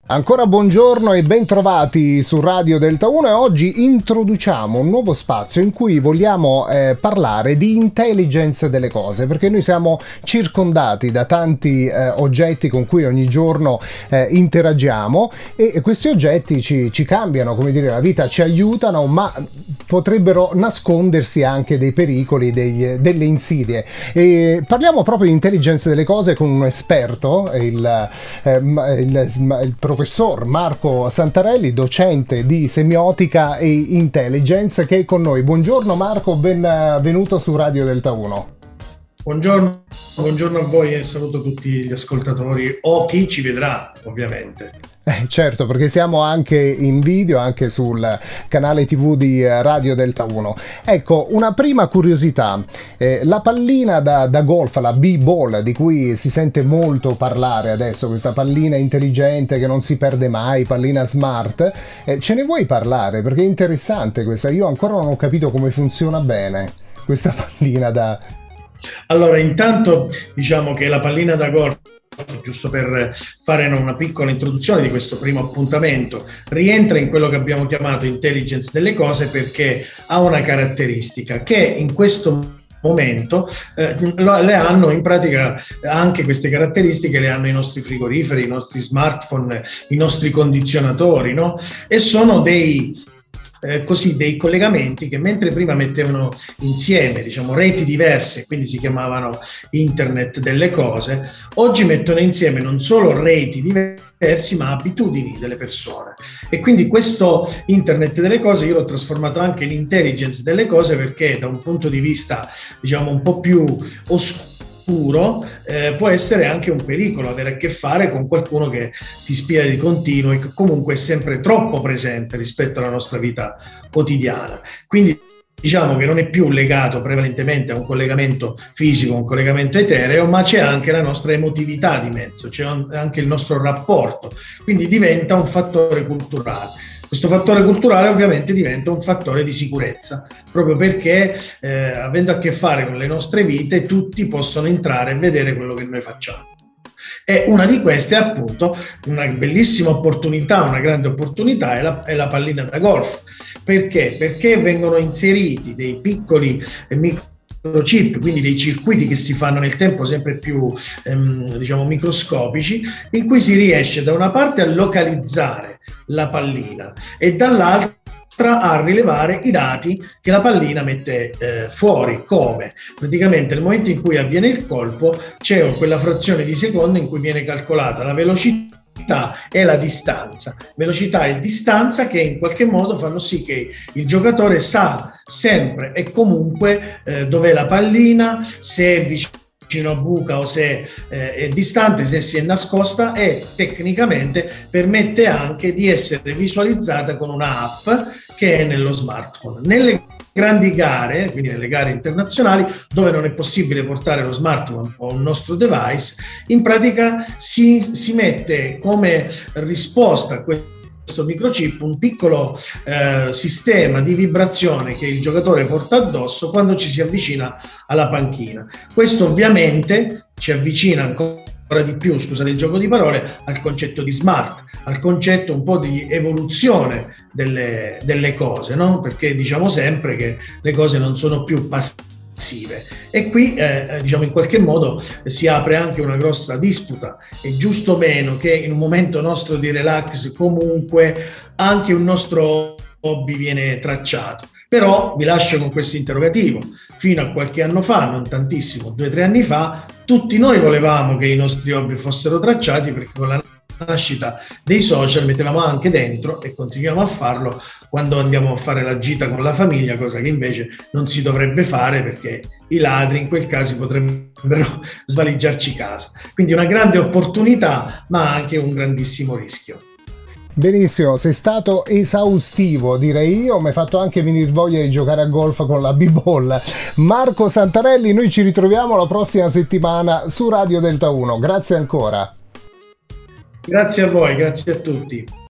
Ancora buongiorno e ben trovati su Radio Delta 1 e oggi introduciamo un nuovo spazio in cui vogliamo parlare di intelligence delle cose, perché noi siamo circondati da tanti oggetti con cui ogni giorno interagiamo e questi oggetti ci cambiano, come dire, la vita, ci aiutano, ma potrebbero nascondersi anche dei pericoli, delle insidie. E parliamo proprio di intelligence delle cose con un esperto, il professor Marco Santarelli, docente di semiotica e intelligence, che è con noi. Buongiorno Marco, benvenuto su Radio Delta 1. Buongiorno a voi e saluto tutti gli ascoltatori o chi ci vedrà, ovviamente. Certo, perché siamo anche in video, anche sul canale TV di Radio Delta 1. Ecco, una prima curiosità, la pallina da golf, la B-ball, di cui si sente molto parlare adesso, questa pallina intelligente che non si perde mai, pallina smart, ce ne vuoi parlare? Perché è interessante questa, io ancora non ho capito come funziona bene questa pallina da... Allora, intanto diciamo che la pallina da golf, giusto per fare una piccola introduzione di questo primo appuntamento, rientra in quello che abbiamo chiamato intelligence delle cose perché ha una caratteristica che in questo momento le hanno in pratica anche queste caratteristiche, le hanno i nostri frigoriferi, i nostri smartphone, i nostri condizionatori, no? E sono dei collegamenti che mentre prima mettevano insieme, diciamo, reti diverse, quindi si chiamavano internet delle cose, oggi mettono insieme non solo reti diversi ma abitudini delle persone. E quindi questo internet delle cose io l'ho trasformato anche in intelligence delle cose, perché da un punto di vista, diciamo, un po' più oscuro può essere anche un pericolo avere a che fare con qualcuno che ti spia di continuo e che comunque è sempre troppo presente rispetto alla nostra vita quotidiana. Quindi diciamo che non è più legato prevalentemente a un collegamento fisico, un collegamento etereo, ma c'è anche la nostra emotività di mezzo, c'è anche il nostro rapporto, quindi diventa un fattore culturale. Questo fattore culturale ovviamente diventa un fattore di sicurezza, proprio perché avendo a che fare con le nostre vite tutti possono entrare e vedere quello che noi facciamo. E una di queste è appunto una bellissima opportunità, una grande opportunità è la pallina da golf. Perché? Perché vengono inseriti dei piccoli microchip, quindi dei circuiti che si fanno nel tempo sempre più diciamo microscopici, in cui si riesce da una parte a localizzare la pallina e dall'altra a rilevare i dati che la pallina mette fuori. Come? Praticamente nel momento in cui avviene il colpo c'è quella frazione di secondo in cui viene calcolata la velocità e la distanza. Velocità e distanza che in qualche modo fanno sì che il giocatore sa sempre e comunque dov'è la pallina, se è vicino a buca o se è distante, se si è nascosta, e tecnicamente permette anche di essere visualizzata con una app che è nello smartphone. Nelle grandi gare, quindi nelle gare internazionali, dove non è possibile portare lo smartphone o un nostro device, in pratica si mette come risposta a questo microchip un piccolo sistema di vibrazione che il giocatore porta addosso quando ci si avvicina alla panchina. Questo ovviamente ci avvicina ancora di più, scusate il gioco di parole, al concetto di smart, al concetto un po' di evoluzione delle cose, no? Perché diciamo sempre che le cose non sono più passive. E qui diciamo in qualche modo si apre anche una grossa disputa. È giusto o meno che in un momento nostro di relax comunque anche un nostro hobby viene tracciato? Però vi lascio con questo interrogativo. Fino a qualche anno fa, non tantissimo, 2 o 3 anni fa, tutti noi volevamo che i nostri hobby fossero tracciati, perché con la nascita dei social mettevamo anche dentro, e continuiamo a farlo quando andiamo a fare la gita con la famiglia, cosa che invece non si dovrebbe fare perché i ladri in quel caso potrebbero svaligiarci casa. Quindi una grande opportunità, ma anche un grandissimo rischio. Benissimo, sei stato esaustivo, direi io, mi hai fatto anche venire voglia di giocare a golf con la B-ball. Marco Santarelli, noi ci ritroviamo la prossima settimana su Radio Delta 1, grazie ancora. Grazie a voi, grazie a tutti.